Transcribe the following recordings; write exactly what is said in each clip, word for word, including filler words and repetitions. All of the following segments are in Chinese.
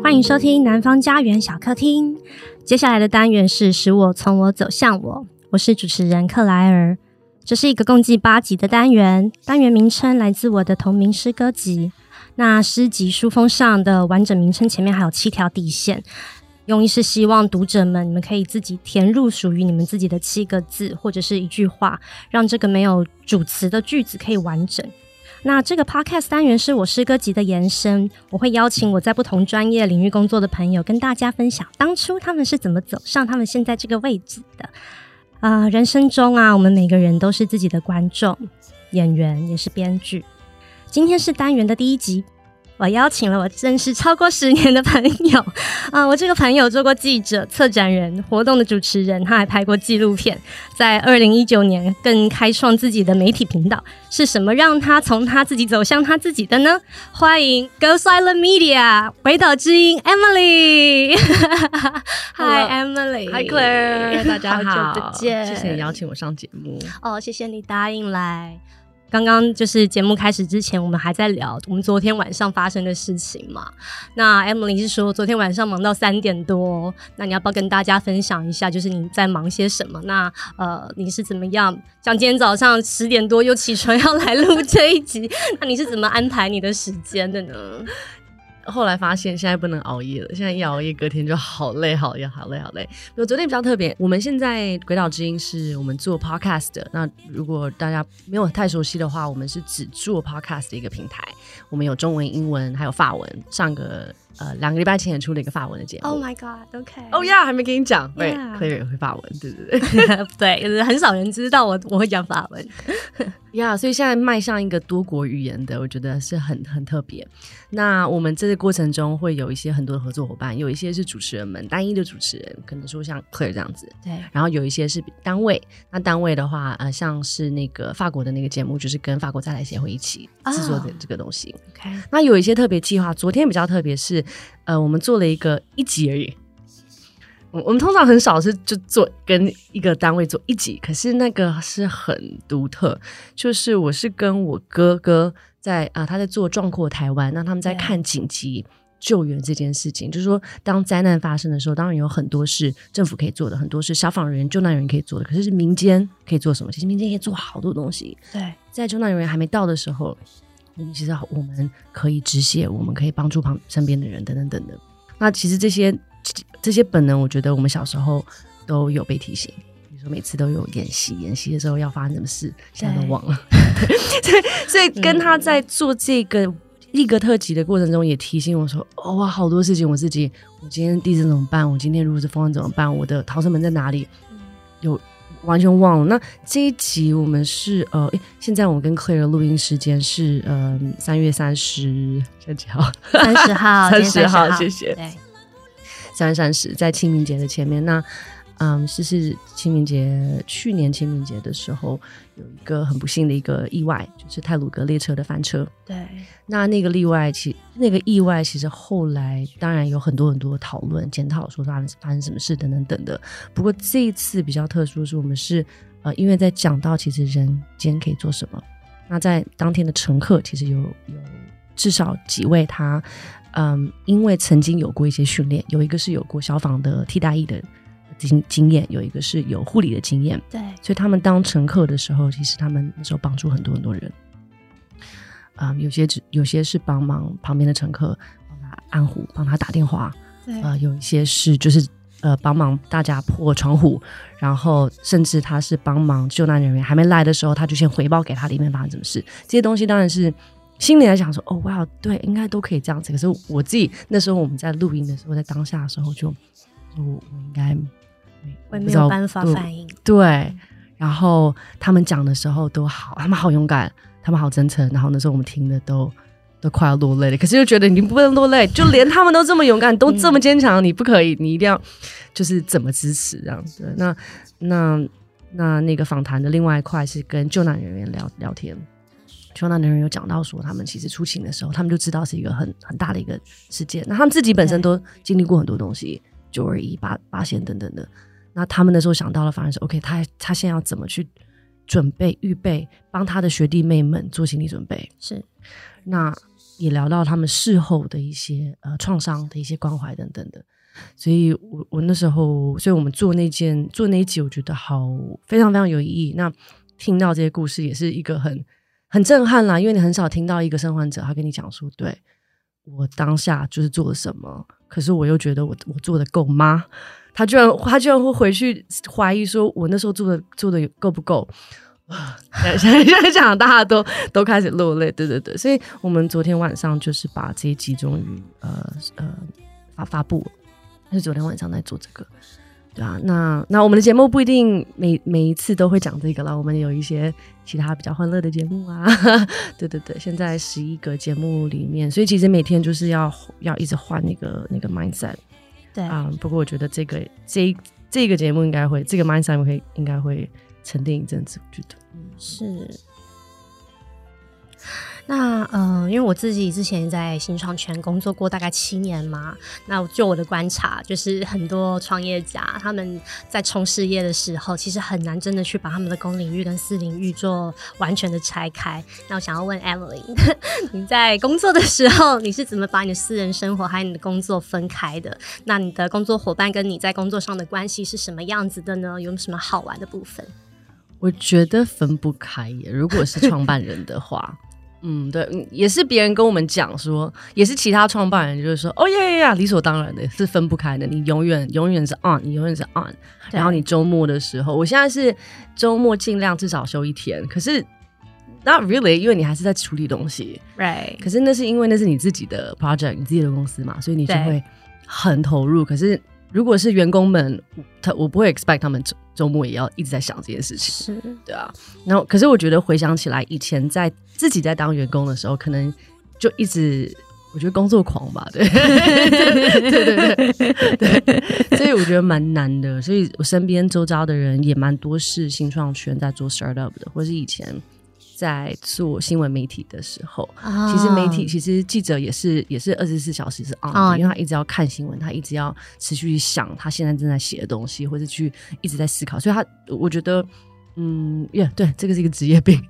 欢迎收听南方家园小客厅。接下来的单元是使我从我走向我，我是主持人克莱尔。这是一个共计八集的单元，单元名称来自我的同名诗歌集。那诗集书封上的完整名称前面还有七条底线，用意是希望读者们你们可以自己填入属于你们自己的七个字或者是一句话，让这个没有主词的句子可以完整。那这个 podcast 单元是我诗歌集的延伸，我会邀请我在不同专业领域工作的朋友跟大家分享当初他们是怎么走上他们现在这个位置的。呃，人生中啊，我们每个人都是自己的观众、演员，也是编剧。今天是单元的第一集，我邀请了我认识超过十年的朋友啊、呃，我这个朋友做过记者、策展人、活动的主持人，他还拍过纪录片，在二零一九年更开创自己的媒体频道。是什么让他从他自己走向他自己的呢？欢迎 Go Silent Media 回岛之音 Emily。 Hi Emily。 Hi Claire， 大家好， 好久不见， 谢谢你邀请我上节目。 哦，谢谢你答应来。刚刚就是节目开始之前，我们还在聊我们昨天晚上发生的事情嘛。那 Emily 是说昨天晚上忙到三点多，那你要不要跟大家分享一下，就是你在忙些什么？那呃，你是怎么样？像今天早上十点多又起床要来录这一集，那你是怎么安排你的时间的呢？ 后来发现现在不能熬夜了，现在一熬夜隔天就好累好累好累好累。我昨天比较特别，我们现在鬼岛之音是我们做 podcast 的，那如果大家没有太熟悉的话，我们是只做 podcast 的一个平台，我们有中文、英文还有法文。上个呃两个礼拜前也出了一个法文的节目。 Oh my god OK 哦呀还没跟你讲，对 Yeah. Claire 也会法文，对对对对，很少人知道我我会讲法文呀、yeah, 所以现在迈向一个多国语言的，我觉得是很很特别。那我们这个过程中会有一些很多的合作伙伴，有一些是主持人们，单一的主持人，可能说像 Claire 这样子， 对， 然后有一些是单位。那单位的话，呃，像是那个法国的那个节目，就是跟法国再来协会一起制作的这个东西。 Oh, okay. 那有一些特别计划，昨天比较特别是，呃，我们做了一个一集而已。我们通常很少是就做跟一个单位做一集，可是那个是很独特，就是我是跟我哥哥在啊、呃，他在做壮阔台湾，那他们在看紧急救援这件事情，就是说当灾难发生的时候，当然有很多是政府可以做的，很多是消防人员、救难人员可以做的，可是是民间可以做什么？其实民间可以做好多东西。 对， 在救难人员还没到的时候，我们其实我们可以止血，我们可以帮助旁身边的人等等等等。那其实这些这些本能，我觉得我们小时候都有被提醒，比如说每次都有演习，演习的时候要发生什么事，现在都忘了。所以跟他在做这个一个特辑的过程中，也提醒我说：“哦，哇，好多事情我自己，我今天地震怎么办？我今天如果是风浪怎么办？我的逃生门在哪里？”有完全忘了。那这一集我们是呃，诶现在我们跟 Claire 的录音时间是呃三月三十几号， 三十号， 三十号，谢谢。 对。 三月三十在清明节的前面，那嗯，是是清明节，去年清明节的时候有一个很不幸的一个意外，就是太鲁阁列车的翻车。 对， 那那个意外其那个意外其实后来当然有很多很多讨论检讨，说发生发生什么事等等等的。不过这一次比较特殊的是，我们是呃，因为在讲到其实人间可以做什么。那在当天的乘客其实有有至少几位他。嗯，因为曾经有过一些训练，有一个是有过消防的替代役的经经验，有一个是有护理的经验， 对， 所以他们当乘客的时候，其实他们那时候帮助很多很多人。嗯，有些只有些是帮忙旁边的乘客，帮他按呼，帮他打电话， 对， 呃，有一些是就是呃帮忙大家破窗户，然后甚至他是帮忙救难人员还没来的时候，他就先回报给他里面发生什么事。这些东西当然是。心里来想说，哦，哇，对，应该都可以这样子。可是我自己那时候我们在录音的时候，在当下的时候就，我我应该我也没有办法反应。 对，然后他们讲的时候都好，他们好勇敢，他们好真诚。然后那时候我们听的都都快要落泪了，可是又觉得你不能落泪，就连他们都这么勇敢，都这么坚强，你不可以，你一定要就是怎么支持这样子。那那那那个访谈的另外一块是跟救难人员聊聊天。救难的人有讲到说，他们其实出勤的时候，他们就知道是一个很很大的一个事件。那他们自己本身都经历过很多东西，九二一、八八线等等的。那他们那时候想到了，反而是 OK， 他他现在要怎么去准备、预备，帮他的学弟妹们做心理准备。 是， 那也聊到他们事后的一些呃创伤的一些关怀等等的。所以我我那时候，所以我们做那件做那一集，我觉得好非常非常有意义。那听到这些故事也是一个很很震撼啦，因为你很少听到一个生还者他跟你讲说，对，我当下就是做了什么，可是我又觉得我我做的够吗？他居然他居然会回去怀疑说，我那时候做的做的够不够？现在现在讲大家都都开始落泪，对对对，所以我们昨天晚上就是把这一集终于呃呃发发布了。是昨天晚上在做这个，对啊，那那我们的节目不一定每每一次都会讲这个啦，我们有一些其他比较欢乐的节目啊，对对对，现在十一个节目里面，所以其实每天就是要要一直换那个那个 mindset， 对啊、 嗯，不过我觉得这个这这个节目应该会这个 mindset 会应该会沉淀一阵子，我觉得是。那呃，因为我自己之前在新创圈工作过大概七年嘛，那就我的观察，就是很多创业家他们在冲事业的时候，其实很难真的去把他们的公领域跟私领域做完全的拆开。那我想要问 Emily， 你在工作的时候，你是怎么把你的私人生活还有你的工作分开的？那你的工作伙伴跟你在工作上的关系是什么样子的呢？有什么好玩的部分？ 我觉得分不开耶，如果是创办人的话。嗯，对，也是别人跟我们讲说，也是其他创办人就是说，哦呀呀呀，理所当然的，是分不开的，你永远永远是 on， 你永远是 on， 然后你周末的时候，我现在是周末尽量至少休一天，可是 not really， 因为你还是在处理东西 ，right？ 可是那是因为那是你自己的 project， 你自己的公司嘛，所以你就会很投入。可是如果是员工们，他我不会 expect 他们周末也要一直在想这件事情， 是， 对啊。然后，可是我觉得回想起来，以前在自己在当员工的时候，可能就一直我觉得工作狂吧，对，对对对对对，所以我觉得蛮难的。所以我身边周遭的人也蛮多是新创圈在做 startup 的，或是以前在做新闻媒体的时候，哦、其实媒体其实记者也是也是二十四小时是 on 的、哦，因为他一直要看新闻，他一直要持续想他现在正在写的东西，或者去一直在思考，所以他我觉得。嗯，耶、yeah, ，对，这个是一个职业病。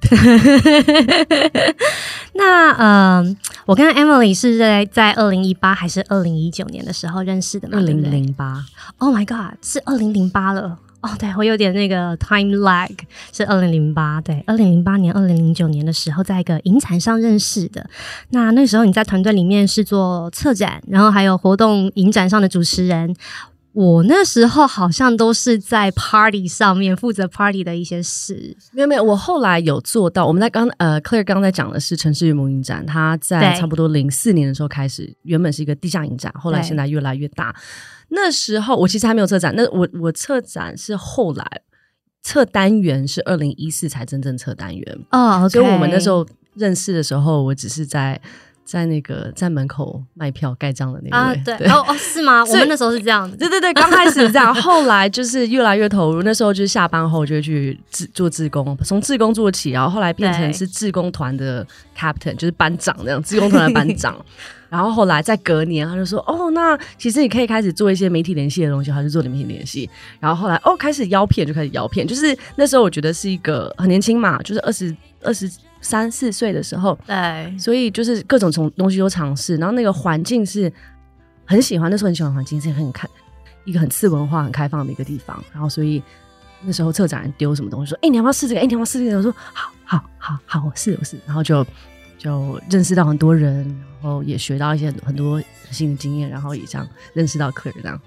那呃，我跟 Emily 是在在二零一八还是二零一九年的时候认识的吗？ 二零零八。 Oh my god， 是二零零八了。哦，对，我有点那个 time lag， 是二零零八，对，二零零八年、二零零九年的时候，在一个影展上认识的。那那时候你在团队里面是做策展，然后还有活动影展上的主持人。我那时候好像都是在 party 上面负责 party 的一些事。 没有没有，我后来有做到。我们在刚呃 Claire 刚才讲的是城市云母影展，它在差不多零四年的时候开始，原本是一个地下影展，后来现在越来越大。那时候我其实还没有策展，那我我策展是后来策单元是二零一四才真正策单元哦、oh, okay. 所以我们那时候认识的时候，我只是在。在那个在门口卖票盖章的那位、 啊、对, 对哦哦是吗？我们那时候是这样子， 对对对，刚开始是这样，后来就是越来越投入。那时候就是下班后就会去自做志工，从志工做起，然后后来变成是志工团的 captain， 就是班长那样，志工团的班长。然后后来在隔年，他就说：“哦，那其实你可以开始做一些媒体联系的东西。”他就做媒体联系。然后后来哦，开始邀片就开始邀片，就是那时候我觉得是一个很年轻嘛，就是二十二十。三四岁的时候， 对， 所以就是各种从东西都尝试，然后那个环境是很喜欢，那时候很喜欢环境是很看一个很次文化、很开放的一个地方，然后所以那时候策展人丢什么东西说：“哎、欸，你要不要试这个？哎、欸，你要不要试这个？”我说：“好，好，好，好，我试，我试。”然后就就认识到很多人，然后也学到一些很多新的经验，然后也这样认识到Claire这样。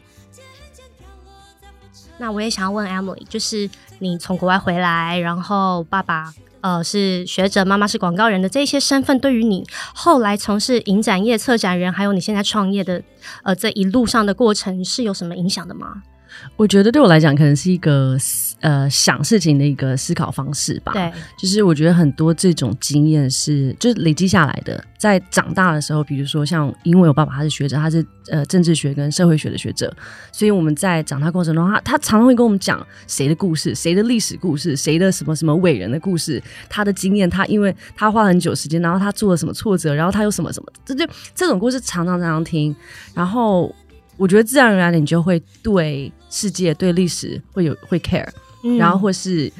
那我也想要问 Emily， 就是你从国外回来，然后爸爸。呃，是学者，妈妈是广告人的这些身份，对于你后来从事影展业、策展人，还有你现在创业的呃这一路上的过程，是有什么影响的吗？ 我觉得对我来讲，可能是一个呃想事情的一个思考方式吧。 对， 就是我觉得很多这种经验是就是累积下来的。在长大的时候，比如说像因为我爸爸他是学者，他是呃政治学跟社会学的学者，所以我们在长大过程中，他他常常会跟我们讲谁的故事、谁的历史故事、谁的什么什么伟人的故事，他的经验，他因为他花了很久时间，然后他做了什么挫折，然后他有什么什么，这就这种故事常常常常听，然后。我觉得自然而然的你就会对世界对历史会有会 care、嗯、然后或是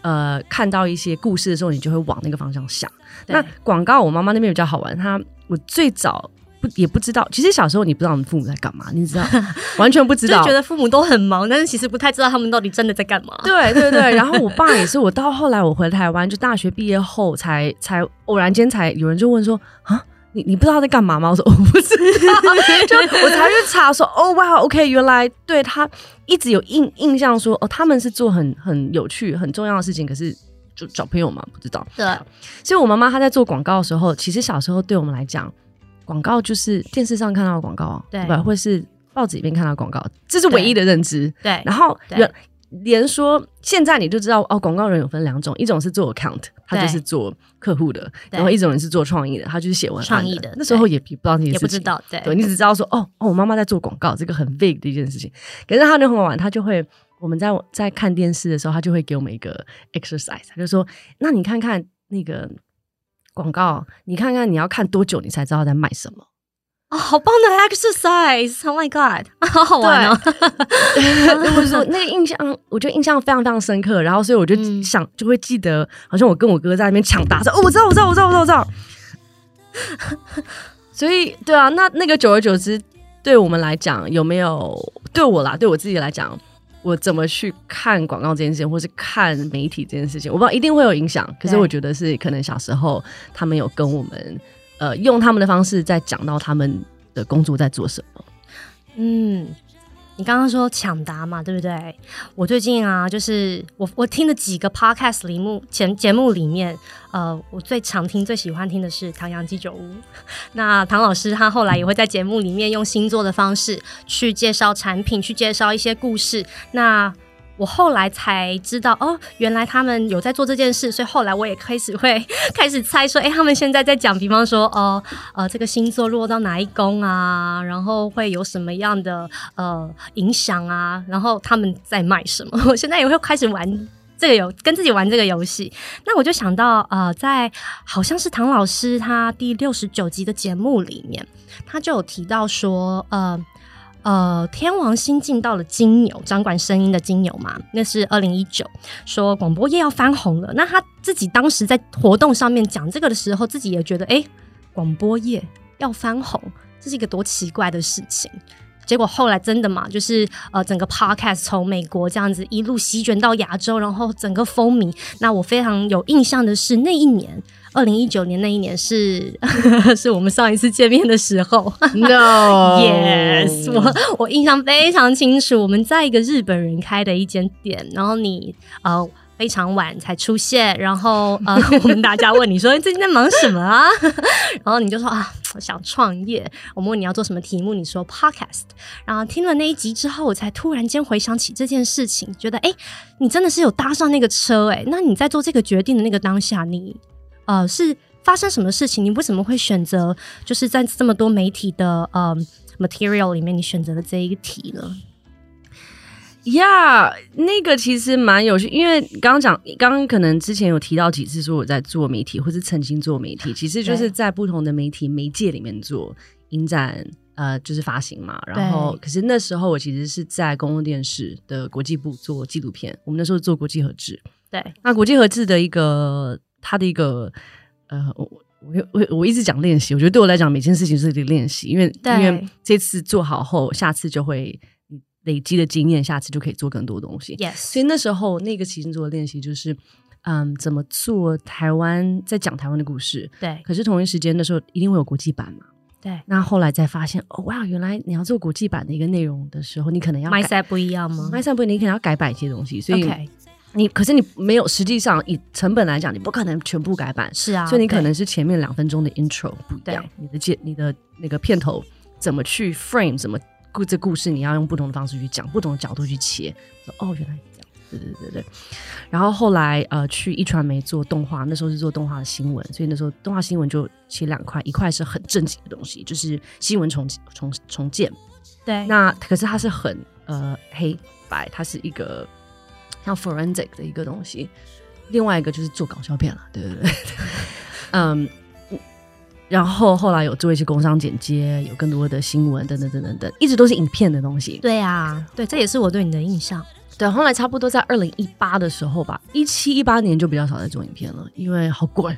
呃看到一些故事的时候，你就会往那个方向想。那广告我妈妈那边比较好玩，她我最早不也不知道，其实小时候你不知道我们父母在干嘛，你知道完全不知道， 就觉得父母都很忙，但是其实不太知道他们到底真的在干嘛。 对对对，然后我爸也是，我到后来我回台湾，就大学毕业后才才偶然间才有人就问说啊。你你不知道他在干嘛吗？我说我不知道，就我才去查说，哦哇 ，OK， 原来对他一直有印印象说，哦，他们是做很很有趣、很重要的事情，可是就小朋友嘛，不知道。 对， 所以我妈妈她在做广告的时候，其实小时候对我们来讲，广告就是电视上看到的广告，对吧？或是报纸里面看到的广告，这是唯一的认知。 对， 然后连说现在你就知道哦，广告人有分两种，一种是做 account， 他就是做客户的，然后一种人是做创意的，他就是写文案的。 创意的那时候也不知道那些事情， 也不知道，对， 对，你只知道说哦哦，我妈妈在做广告，这个很 vague 的一件事情。可是他就很好玩，他就会我们在在看电视的时候，他就会给我们一个 exercise， 他就说，那你看看那个广告，你看看你要看多久，你才知道在卖什么。 哦，好棒的 exercise！ Oh my god， 好好玩哦！ 我说那个印象，我觉得印象非常非常深刻。然后，所以我就想，嗯、就会记得，好像我跟我哥在那边抢答说，哦，我知道，我知道，我知道，我知道，我知道。所以，对啊，那那个久而久之，对我们来讲，有没有对我啦？对我自己来讲，我怎么去看广告这件事情，或是看媒体这件事情，我不知道一定会有影响。可是我觉得是可能小时候他们有跟我们。呃，用他们的方式在讲到他们的工作在做什么。 嗯，你刚刚说抢答嘛，对不对？我最近啊，就是我我听的几个 podcast 里目前节目里面，呃，我最常听、最喜欢听的是唐阳鸡酒屋。那唐老师他后来也会在节目里面用星座的方式去介绍产品，去介绍一些故事。那我后来才知道，哦，原来他们有在做这件事，所以后来我也开始会开始猜说，哎，他们现在在讲，比方说，哦，呃，这个星座落到哪一宫啊，然后会有什么样的呃影响啊，然后他们在卖什么。我现在也会开始玩这个游，跟自己玩这个游戏。那我就想到，呃，在好像是唐老师他第六十九集的节目里面，他就有提到说，呃。呃，天王星进到了金牛，掌管声音的金牛嘛，那是二零一九，说广播业要翻红了。那他自己当时在活动上面讲这个的时候，自己也觉得，哎，广播业要翻红，这是一个多奇怪的事情。结果后来真的嘛，就是呃，整个 podcast 从美国这样子一路席卷到亚洲，然后整个风靡。那我非常有印象的是那一年。二零一九年那一年是是我们上一次见面的时候。 No Yes， 我我印象非常清楚，我们在一个日本人开的一间店，然后你呃非常晚才出现，然后呃我们大家问你说你最近在忙什么啊？然后你就说啊我想创业。我们问你要做什么题目，你说 podcast。然后听了那一集之后，我才突然间回想起这件事情，觉得哎，你真的是有搭上那个车哎。那你在做这个决定的那个当下，你呃，是发生什么事情？你为什么会选择就是在这么多媒体的呃 material 里面，你选择了这一个题呢？ 呀、yeah, 那个其实蛮有趣，因为刚刚讲，刚刚可能之前有提到几次说我在做媒体，或是曾经做媒体，其实就是在不同的媒体媒介里面做影展，呃，就是发行嘛。然后，可是那时候我其实是在公共电视的国际部做纪录片，我们那时候做国际合制。 对， 那国际合制的一个。他的一个呃，我我我一直讲练习，我觉得对我来讲每件事情是一个练习，因为因为这次做好后，下次就会累积的经验，下次就可以做更多东西。 Yes， 所以那时候那个其实做的练习就是，嗯，怎么做台湾在讲台湾的故事。 对， 可是同一时间那时候一定会有国际版嘛。 对， 那后来才发现，哦哇，原来你要做国际版的一个内容的时候，你可能要麦赛不一样吗？ 麦赛不一样，你可能要改版一些东西，所以。 Okay， 你可是你没有，实际上以成本来讲，你不可能全部改版， 是啊， 所以你可能是前面两分钟的 intro 不一样，你的介你的那个片头怎么去 frame， 怎么故这故事你要用不同的方式去讲，不同的角度去切。哦，原来这样，对对对对。然后后来呃去一传媒做动画，那时候是做动画的新闻，所以那时候动画新闻就切两块，一块是很正经的东西，就是新闻重重重建， 对。 那可是它是很呃黑白，它是一个。像 forensic 的一个东西，另外一个就是做搞笑片了，对对对，嗯，然后后来有做一些工商剪接，有更多的新闻等等等等等，一直都是影片的东西。 对啊，对，这也是我对你的印象。 对，后来差不多在二零一八的时候吧，一七一八年就比较少在做影片了，因为好贵。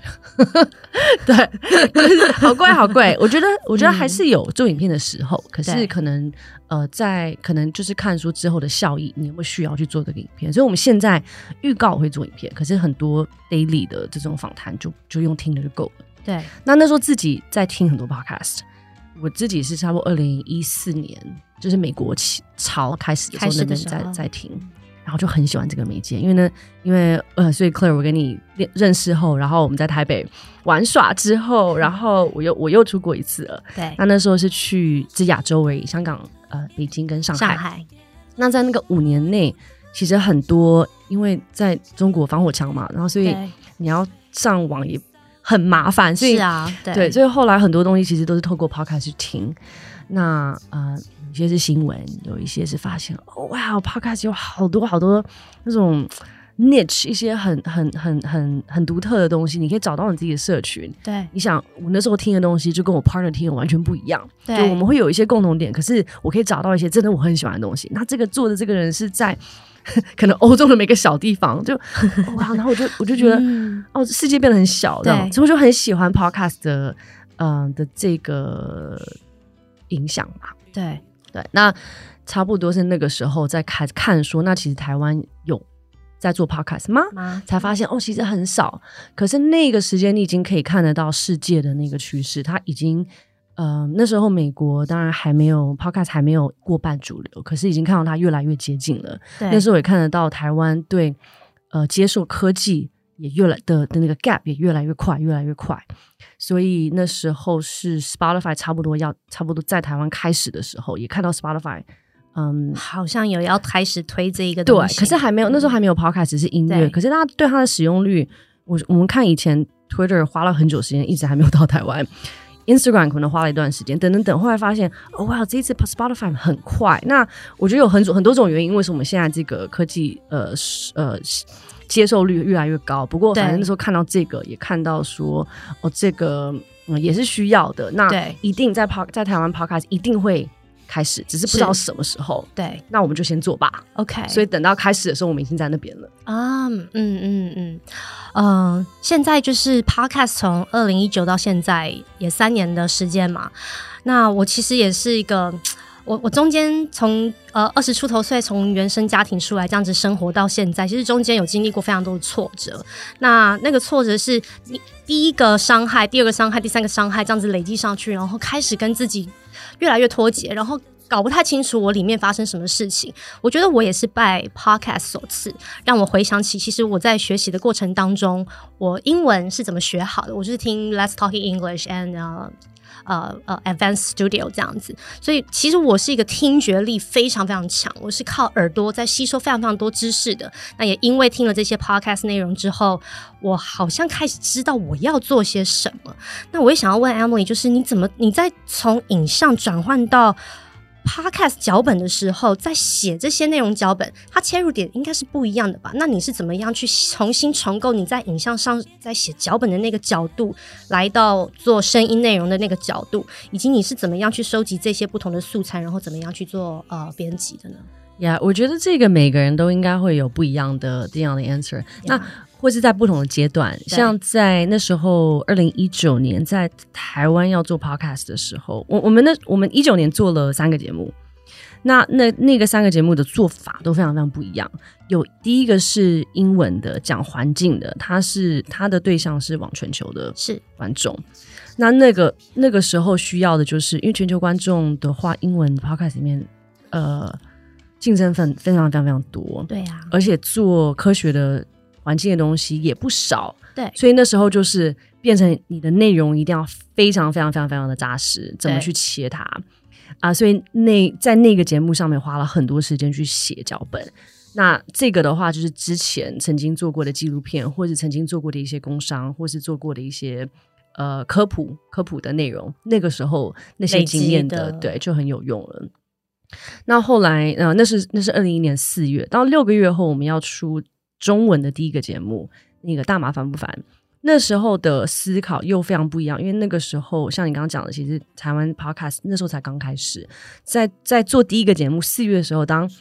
对，好贵好贵。我觉得我觉得还是有做影片的时候，嗯、可是可能呃，在可能就是看说之后的效益，你有没有需要去做这个影片？所以我们现在预告我会做影片，可是很多 daily 的这种访谈就就用听的就够了。 对， 那那时候自己在听很多 podcast。我自己是差不多二零一四年，就是美国潮开始的时候，那边在在听，然后就很喜欢这个媒介，因为呢，因为呃，所以 Claire 我跟你认识后，然后我们在台北玩耍之后，然后我又我又出国一次了， 对， 那那时候是去是亚洲而已，香港、呃北京跟上海， 上海。 那在那个五年内，其实很多因为在中国防火墙嘛，然后所以你要上网也很麻烦，所以是啊，对， 对，所以后来很多东西其实都是透过 podcast 去听。那呃，有些是新闻，有一些是发现哦，哇 ，podcast 有好多好多那种 niche， 一些很很很很很独特的东西，你可以找到你自己的社群。 对， 你想我那时候听的东西就跟我 partner 听的完全不一样， 对， 就我们会有一些共同点，可是我可以找到一些真的我很喜欢的东西。那这个做的这个人是在可能欧洲的每个小地方，就哇，然后我就我就觉得、嗯、哦，世界变得很小，这样，所以我就很喜欢 podcast 的嗯、呃、的这个影响吧。 对对，那差不多是那个时候在看看说，那其实台湾有在做 podcast 吗？才发现哦，其实很少。可是那个时间你已经可以看得到世界的那个趋势，它已经。呃，那时候美国当然还没有 podcast 还没有过半主流，可是已经看到它越来越接近了。那时候也看得到台湾对呃接受科技也越来的的那个 gap 也越来越快，越来越快。所以那时候是 Spotify 差不多要差不多在台湾开始的时候，也看到 Spotify 嗯好像有要开始推这一个东西， 对，可是还没有，那时候还没有 podcast 只是音乐，可是大家对它的使用率，我我们看以前 Twitter 花了很久时间，一直还没有到台湾。Instagram 可能花了一段时间，等等等，后来发现，哦哇，这一次 Spotify 很快。那我觉得有很很多种原因，为什么我们现在这个科技呃呃接受率越来越高？不过反正那时候看到这个，也看到说，哦，这个、嗯、也是需要的。那一定在在台湾 Podcast 一定会开始，只是不知道什么时候。 对， 那我们就先做吧。 OK， 所以等到开始的时候，我们已经在那边了啊。嗯嗯嗯。呃，现在就是 podcast 从二零一九到现在也三年的时间嘛。那我其实也是一个，我我中间从呃二十出头岁从原生家庭出来，这样子生活到现在，其实中间有经历过非常多的挫折。那那个挫折是你第一个伤害，第二个伤害，第三个伤害，这样子累积上去，然后开始跟自己越来越脱节，然后搞不太清楚我里面发生什么事情。我觉得我也是拜 podcast 所赐，让我回想起其实我在学习的过程当中，我英文是怎么学好的，我就是听 Let's Talking English and 呃呃呃 Advanced Studio 这样子。所以其实我是一个听觉力非常非常强，我是靠耳朵在吸收非常非常多知识的。那也因为听了这些 podcast 内容之后，我好像开始知道我要做些什么。那我也想要问 Emily， 就是你怎么你在从影像转换到Podcast 脚本的时候，在写这些内容脚本，它切入点应该是不一样的吧？那你是怎么样去重新重构你在影像上在写脚本的那个角度，来到做声音内容的那个角度，以及你是怎么样去收集这些不同的素材，然后怎么样去做呃编辑的呢？ 呀、yeah, 我觉得这个每个人都应该会有不一样的这样的 answer、yeah. 那或是在不同的阶段，像在那时候二零一九年在台湾要做 podcast 的时候，我我们那我们一九年做了三个节目，那那那个三个节目的做法都非常非常不一样。有第一个是英文的，讲环境的，它是它的对象是往全球的观众。那那个那个时候需要的就是因为全球观众的话，英文 podcast 里面呃竞争分非常非常非常多， 对啊， 而且做科学的环境的东西也不少， 对， 所以那时候就是变成你的内容一定要非常非常非常非常的扎实，怎么去切它啊？所以那在那个节目上面花了很多时间去写脚本。那这个的话，就是之前曾经做过的纪录片，或者曾经做过的一些工商，或是做过的一些呃科普科普的内容，那个时候那些经验的，对，就很有用了。那后来呃，那是那是二零一一年四月，到六个月后，我们要出中文的第一个节目，那个大麻烦不烦。那时候的思考又非常不一样，因为那个时候像你刚刚讲的，其实台湾 podcast 那时候才刚开始，在在做第一个节目，四月的时候，当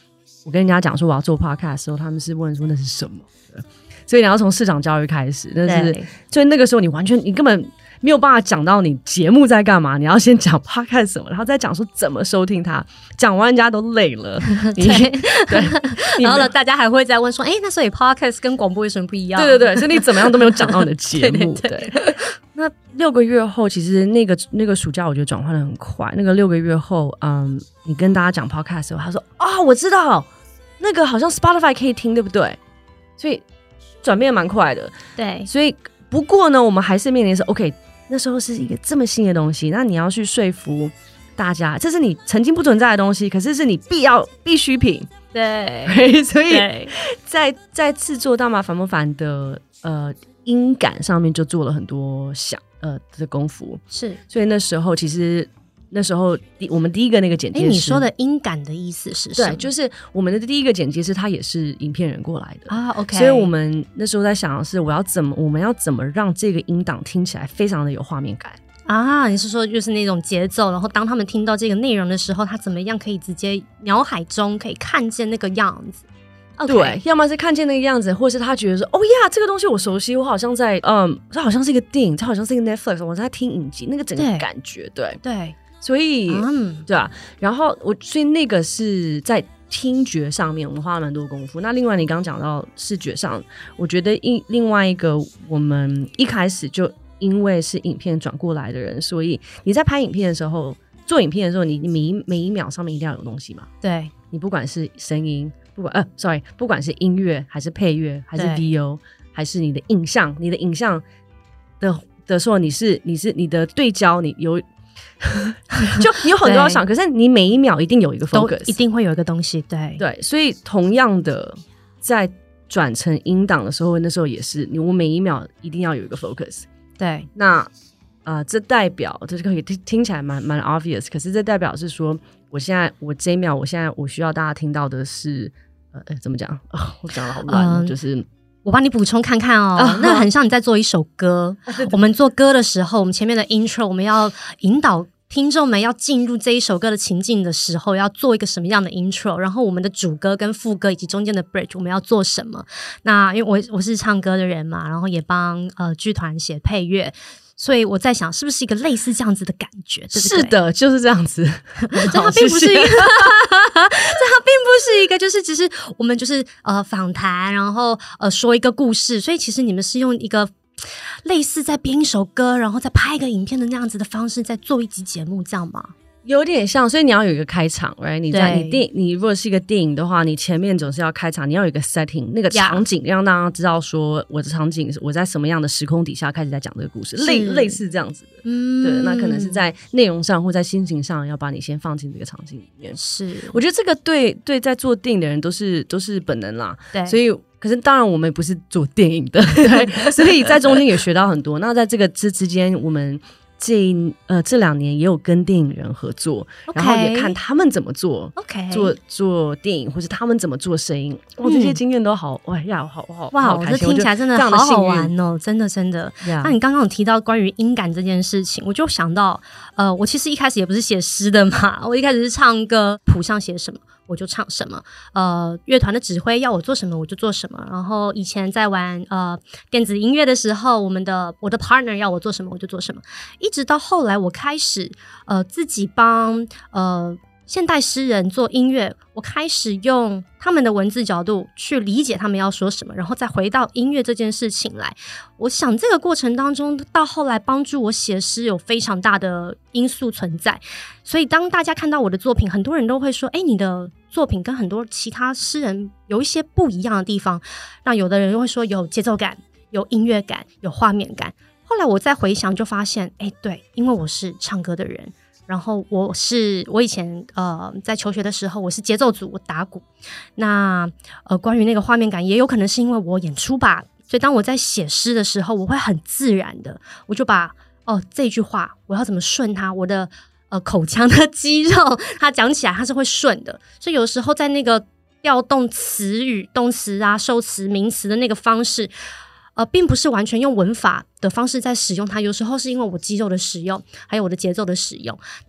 我跟人家讲说我要做 podcast 的时候，他们是问说那是什么，所以你要从市场教育开始，那是所以那个时候你完全你根本没有办法讲到你节目在干嘛，你要先讲 podcast 什么，然后再讲说怎么收听它，讲完人家都累了。 对对，然后呢，大家还会再问说，哎，那所以 podcast 跟广播有什么不一样？ 对对对，所以你怎么样都没有讲到你的节目。对, 对, 对，那六个月后，其实那个那个暑假我觉得转换的很快。那个六个月后，嗯，你跟大家讲 podcast 的时候，他说啊、哦，我知道那个好像 Spotify 可以听，对不对？所以转变蛮快的。 对， 所以不过呢，我们还是面临的是 OK。那时候是一个这么新的东西，那你要去说服大家，这是你曾经不存在的东西，可是是你必要必需品。 对， 所以在在制作大麻烦不烦的呃音感上面就做了很多想呃的功夫。 是， 所以那时候其实那时候第我们第一个那个剪接师， 你说的音感的意思是什么？ 对，就是我们的第一个剪接师，他也是影片人过来的啊。OK， 所以我们那时候在想的是，我要怎么，我们要怎么让这个音档听起来非常的有画面感啊？你是说就是那种节奏，然后当他们听到这个内容的时候，他怎么样可以直接脑海中可以看见那个样子？ Okay. 对，要么是看见那个样子，或是他觉得说，哦呀，这个东西我熟悉，我好像在，嗯，这好像是一个电影，这好像是一个 Netflix， 我在听影集，那个整个感觉，对对， 所以， 嗯， 对啊，然后我，所以那个是在听觉上面，我们花了蛮多功夫。那另外，你刚刚讲到视觉上，我觉得一另外一个，我们一开始就因为是影片转过来的人，所以你在拍影片的时候，做影片的时候，你每一每一秒上面一定要有东西嘛？ 对， 你不管是声音。不管呃 ，sorry， 不管是音乐还是配乐，还是 V O， 还是你的影像，你的影像的的时候，你是你是你的对焦，你有就你有很多要想，可是你每一秒一定有一个 focus， 一定会有一个东西，对对，所以同样的，在转成音档的时候，那时候也是，我每一秒一定要有一个 focus， 对， 那呃，这代表这可以听听起来蛮蛮 obvious， 可是这代表是说，我现在我这一秒，我现在我需要大家听到的是。呃，怎么讲、哦？我讲的好乱、嗯，就是我帮你补充看看哦。Uh-huh. 那很像你在做一首歌，我们做歌的时候，我们前面的 intro， 我们要引导听众们要进入这一首歌的情境的时候，要做一个什么样的 intro， 然后我们的主歌跟副歌以及中间的 bridge， 我们要做什么？那因为我我是唱歌的人嘛，然后也帮呃剧团写配乐。所以我在想，是不是一个类似这样子的感觉？对不对？ 是的，就是这样子。 这它并不是一个，这它并不是一个，就是只是我们就是呃访谈，然后呃说一个故事。所以其实你们是用一个类似在编一首歌，然后再拍一个影片的那样子的方式，在做一集节目，这样吗？ 有点像，所以你要有一个开场 ，right？ 你在你电你如果是一个电影的话，你前面总是要开场，你要有一个 setting， 那个场景、yeah. 让大家知道说我的场景我在什么样的时空底下开始在讲这个故事，类类似这样子的。嗯，对，那可能是在内容上或在心情上要把你先放进这个场景里面。 是， 我觉得这个对对在做电影的人都是都是本能啦。 对， 所以可是当然我们不是做电影的，对，所以在中间也学到很多。那在这个之之间，我们。这呃这两年也有跟电影人合作， okay. 然后也看他们怎么做 ，okay. 做做电影，或是他们怎么做声音，哇、嗯，这些经验都好，哇呀，好好哇， 好这听起来真的好好玩哦，真的真的。Yeah. 那你刚刚有提到关于音感这件事情，我就想到，呃，我其实一开始也不是写诗的嘛，我一开始是唱歌，谱上写什么我就唱什么，呃，乐团的指挥要我做什么我就做什么。然后以前在玩呃电子音乐的时候，我们的我的 partner 要我做什么我就做什么。一直到后来我开始呃自己帮呃现代诗人做音乐，我开始用他们的文字角度去理解他们要说什么，然后再回到音乐这件事情来。我想这个过程当中，到后来帮助我写诗有非常大的因素存在。所以当大家看到我的作品，很多人都会说，哎，你的作品跟很多其他诗人有一些不一样的地方。那有的人又会说有节奏感，有音乐感，有画面感。后来我再回想就发现，哎，对，因为我是唱歌的人，然后我是我以前呃在求学的时候我是节奏组，我打鼓。那呃关于那个画面感，也有可能是因为我演出吧。所以当我在写诗的时候，我会很自然的，我就把哦这句话我要怎么顺它，我的呃口腔的肌肉，它讲起来它是会顺的。所以有时候在那个调动词语、动词啊、受词、名词的那个方式。呃，并不是完全用文法的方式在使用它，有时候是因为我肌肉的使用，还有我的节奏的使用。那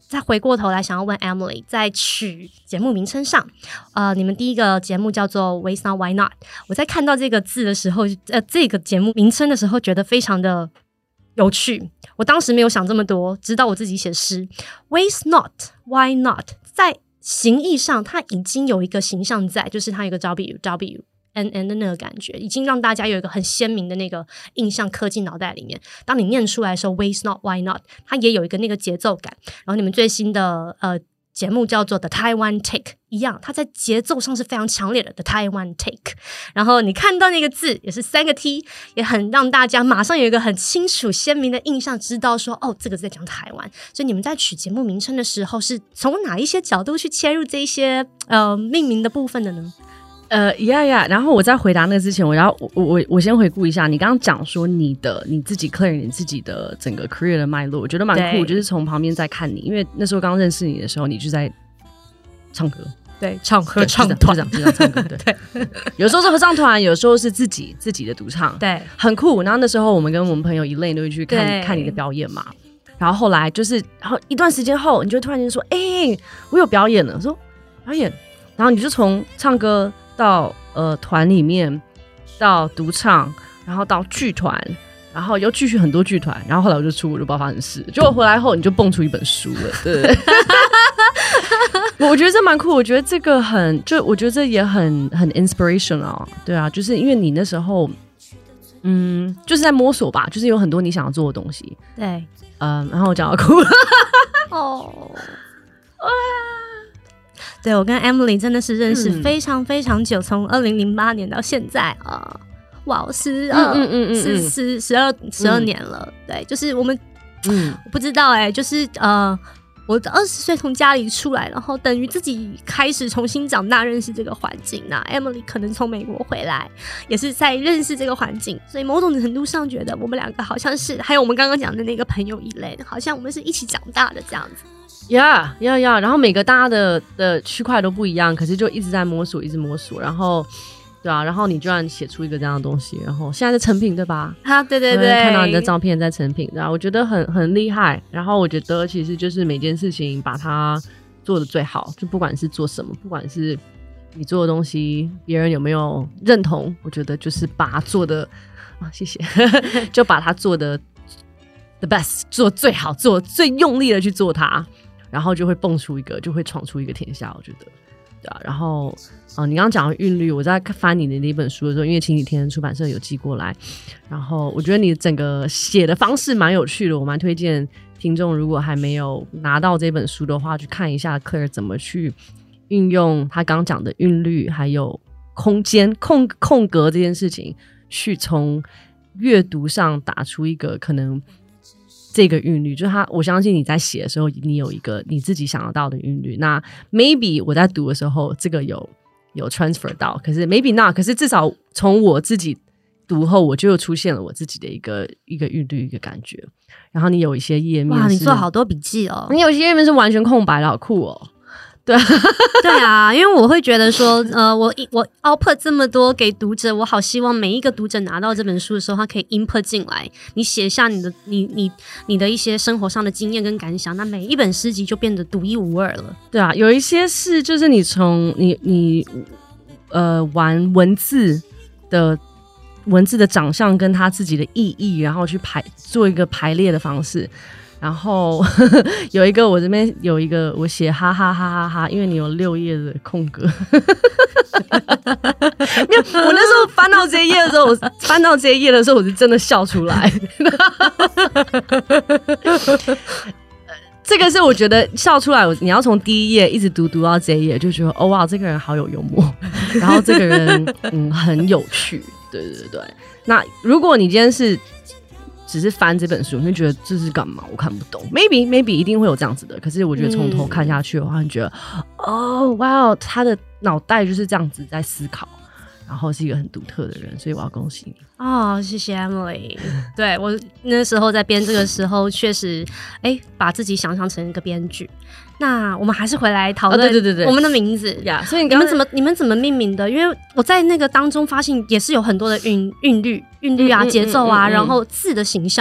再回过头来想要问 Emily， 在取节目名称上，呃，你们第一个节目叫做 Waste Not Why Not， 我在看到这个字的时候，呃，这个节目名称的时候，觉得非常的有趣。我当时没有想这么多，直到我自己写诗 Waste Not Why Not， 在形意上它已经有一个形象在，就是它有一个 W W N N 的那个感觉，已经让大家有一个很鲜明的那个印象刻进脑袋里面。当你念出来的时候 Waste Not Why Not， 它也有一个那个节奏感。然后你们最新的呃节目叫做 The Taiwan Take 一样，它在节奏上是非常强烈的 The Taiwan Take。 然后你看到那个字也是三个 T， 也很让大家马上有一个很清楚鲜明的印象，知道说哦，这个是在讲台湾。所以你们在取节目名称的时候是从哪一些角度去切入这一些呃命名的部分的呢？ 呃呀呀，然后我在回答那个之前，我要我我我先回顾一下，你刚刚讲说你的你自己 clear 你自己的整个 career 的脉络，我觉得蛮酷，就是从旁边在看你，因为那时候刚认识你的时候，你就在唱歌， 对，唱合唱团， 就这样唱歌，对，对有时候是合唱团，有时候是自己自己的独唱， 对， 很酷。然后那时候我们跟我们朋友Elaine都会去看看你的表演嘛，然后后来就是，然后一段时间后，你就突然间说，哎、欸，我有表演了，我说表演，然后你就从唱歌到呃团里面，到独唱，然后到剧团，然后又继续很多剧团，然后后来我就出，我就不知道发生事，结果回来后你就蹦出一本书了，对不对？我觉得这蛮酷，我觉得这个很，就我觉得这也很很 inspirational， 对啊，就是因为你那时候，嗯，就是在摸索吧，就是有很多你想要做的东西， 对， 嗯，然后我讲到哭了， 哦，哇。对，我跟 Emily 真的是认识非常非常久，从二零零八年到现在啊、呃，哇，十二、嗯嗯嗯、十十十二十二年了、嗯。对，就是我们，嗯，我不知道哎、欸，就是呃，我二十岁从家里出来，然后等于自己开始重新长大，认识这个环境。那 Emily 可能从美国回来，也是在认识这个环境，所以某种程度上觉得我们两个好像是，还有我们刚刚讲的那个朋友一类，好像我们是一起长大的这样子。 呀呀呀！然后每个大家的的区块都不一样，可是就一直在摸索，一直摸索。然后，对啊，然后你居然写出一个这样的东西，然后现在在成品，对吧？ 啊，对对对， 看到你的照片在成品，然后我觉得很很厉害。然后我觉得其实就是每件事情把它做得最好，就不管是做什么，不管是你做的东西别人有没有认同，我觉得就是把它做的啊，谢谢，就把它做的 the best， 做最好，做最用力的去做它。然后就会蹦出一个，就会闯出一个天下，我觉得，对啊。然后，呃，你刚刚讲的韵律，我在翻你的那本书的时候，因为前几天出版社有寄过来，然后我觉得你整个写的方式蛮有趣的，我蛮推荐听众如果还没有拿到这本书的话，去看一下 Claire 怎么去运用他刚刚讲的韵律，还有空间空空格这件事情，去从阅读上打出一个可能。这个韵律就是他，我相信你在写的时候，你有一个你自己想得到的韵律。那 maybe 我在读的时候，这个有有 transfer 到，可是 maybe not。可是至少从我自己读后，我就又出现了我自己的一个一个韵律一个感觉。然后你有一些页面， 哇，你做好多笔记哦。 你有些页面是完全空白的，好酷哦。对对啊，因为我会觉得说，呃，我我 output 这么多给读者，我好希望每一个读者拿到这本书的时候，他可以 input 进来，你写下你的你你你的一些生活上的经验跟感想，那每一本诗集就变得独一无二了。 对啊，有一些是就是你从你你呃玩文字的文字的长相跟它自己的意义，然后去排做一个排列的方式。然后呵呵有一个我这边有一个我写哈哈哈哈哈，因为你有六页的空格。没有，我那时候翻到这一页的时候，我翻到这一页的时候，我是真的笑出来。这个是我觉得笑出来，你要从第一页一直读读到这一页，就觉得哦哇，这个人好有幽默，然后这个人嗯很有趣，对对对。那如果你今天是只是翻这本书，你会觉得这是干嘛？我看不懂。Maybe maybe 一定会有这样子的，可是我觉得从头看下去的话，你觉得哦哇，他的脑袋就是这样子在思考，然后是一个很独特的人，所以我要恭喜你哦，谢谢 Emily。对，我那时候在编这个时候，确实哎，把自己想象成一个编剧。那我们还是回来讨论、哦、对对对对我们的名字呀。 所以 你, 你们怎么你们怎么命名的？因为我在那个当中发现也是有很多的韵韵律韵律啊、节奏啊，嗯嗯嗯嗯、然后字的形象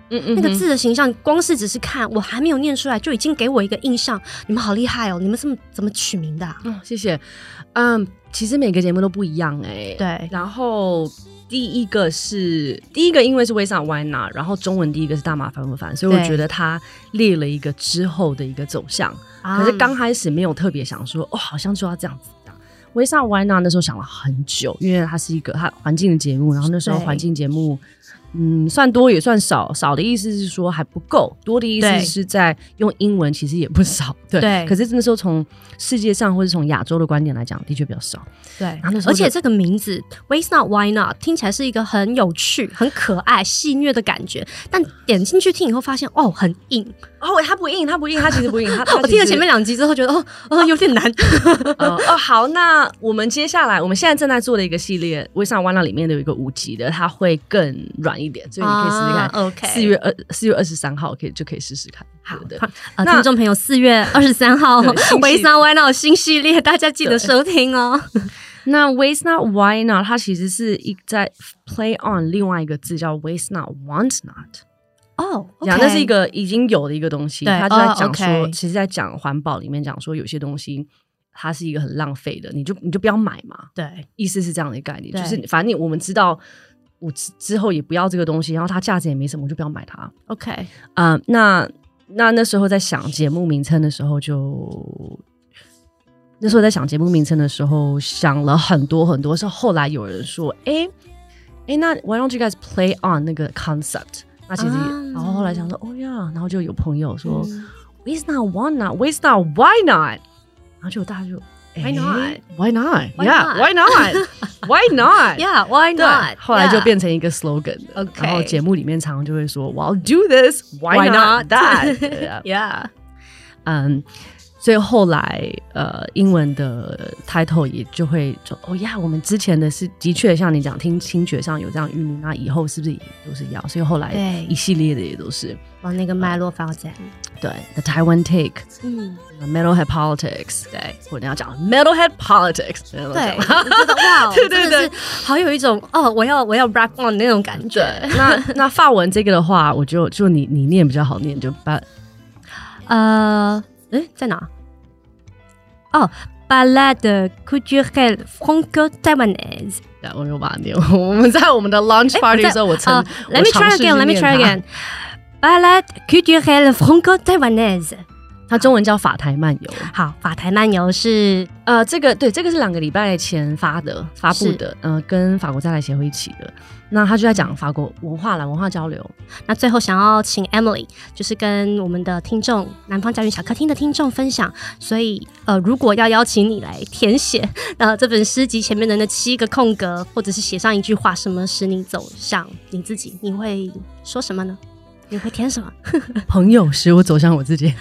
嗯嗯， 那个字的形象，光是只是看，我还没有念出来，就已经给我一个印象。你们好厉害哦！你们这么怎么取名的、啊？ 哦，谢谢。嗯，其实每个节目都不一样哎、欸。 对， 然后第一个是第一个，因为是 Waste Not Why Not， 然后中文第一个是大麻烦不烦，所以我觉得它列了一个之后的一个走向。可是刚开始没有特别想说，哦，好像就要这样子。Waste Not Why Not 那时候想了很久，因为它是一个它环境的节目，然后那时候环境节目。嗯，算多也算少，少的意思是说还不够，多的意思是在用英文其实也不少，对。对可是那时候从世界上或是从亚洲的观点来讲，的确比较少。 对，而且这个名字 Waste Not Why Not 听起来是一个很有趣、很可爱、戏谑的感觉，但点进去听以后发现，哦，很硬。 哦，它不硬，它不硬，它其实不硬。它我听了前面两集之后，觉得哦哦有点难。 哦, 哦，好，那我们接下来，我们现在正在做的一个系列 Waste Not Why Not 里面的有一个五集的，它会更软一点，所以你可以试试看。 啊、OK， 四月二四月二十三号可以就可以试试看。 好的， 呃，听众朋友，四月二十三号 Waste Not Why Not 新系列，大家记得收听哦。 那 Waste Not Why Not 它其实是一在 play on 另外一个字叫 Waste Not Want Not。 哦， 讲、okay. 那是一个已经有的一个东西，他就在讲说， oh, okay. 其实在讲环保里面讲说，有些东西它是一个很浪费的，你就你就不要买嘛。 对， 意思是这样的一个概念，就是反正你我们知道，我之后也不要这个东西，然后它价值也没什么，我就不要买它。 OK， 啊、呃，那那那时候在想节目名称的时候就。那时候在想节目名称的时候，想了很多很多。是后来有人说，哎哎，那 Why don't you guys play on 那个 concept？ 那其实、啊，然后后来想说，哦呀，然后就有朋友说、嗯、，Waste not why not? Waste not why not? 然后就大家就 Why not? Why not? Yeah, why not? Why not? Yeah, why not? 后来就变成一个 slogan 的。 Okay. 然后节目里面常常就会说 ，Well, do this. Why, why not that? Yeah. 嗯。所以后来，呃，英文的 title 也就会说，哦呀，我们之前的是的确像你讲，听听觉上有这样韵律，那以后是不是也都是要？所以后来一系列的也都是往那个脉络发展。 对 ，The Taiwan Take， 嗯 ，Metalhead Politics， 对，或者要讲 Metalhead Politics， 对，觉得哇， 对对对， 好有一种哦，我要我要 rap on 那种感觉。 那那法文这个的话，我就就你你念比较好念，就把呃。诶，在哪？哦 ，Balade culturelle franco-taïwanaise。 对，我就把它念。我们在我们的 launch party 的时候，我曾、uh, Let me try again. Let me try again. Balade culturelle franco-taïwanaise。 它中文叫法台漫游。 好，法台漫游是呃，这个对，这个是两个礼拜前发的发布的，呃，跟法国在台协会一起的。那他就在讲法国文化啦，文化交流。 那最后想要请 Emily， 就是跟我们的听众南方家园小客厅的听众分享。所以呃，如果要邀请你来填写呃这本诗集前面的那七个空格，或者是写上一句话，什么使你走向你自己，你会说什么呢？你会填什么？ 朋友使我走向我自己。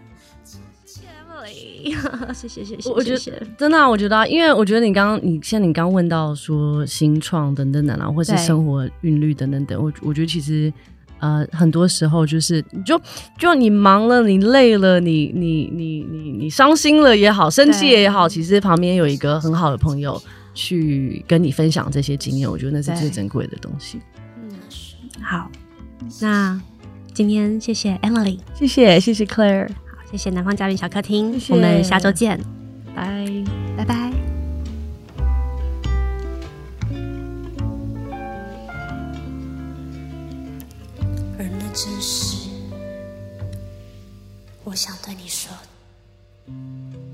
谢谢谢谢， 我觉得真的、啊，我觉得、啊，因为我觉得你刚刚，你像你刚问到说新创等等等啊，或是生活韵律等等等，我我觉得其实呃很多时候就是就就你忙了，你累了，你你你你你伤心了也好，生气也好，其实旁边有一个很好的朋友去跟你分享这些经验，我觉得那是最珍贵的东西。 嗯，好，那今天谢谢 Emily， 谢谢谢谢 Claire。 谢谢南方家园小客厅，谢谢，我们下周见， 拜拜拜。而那正是我想对你说的。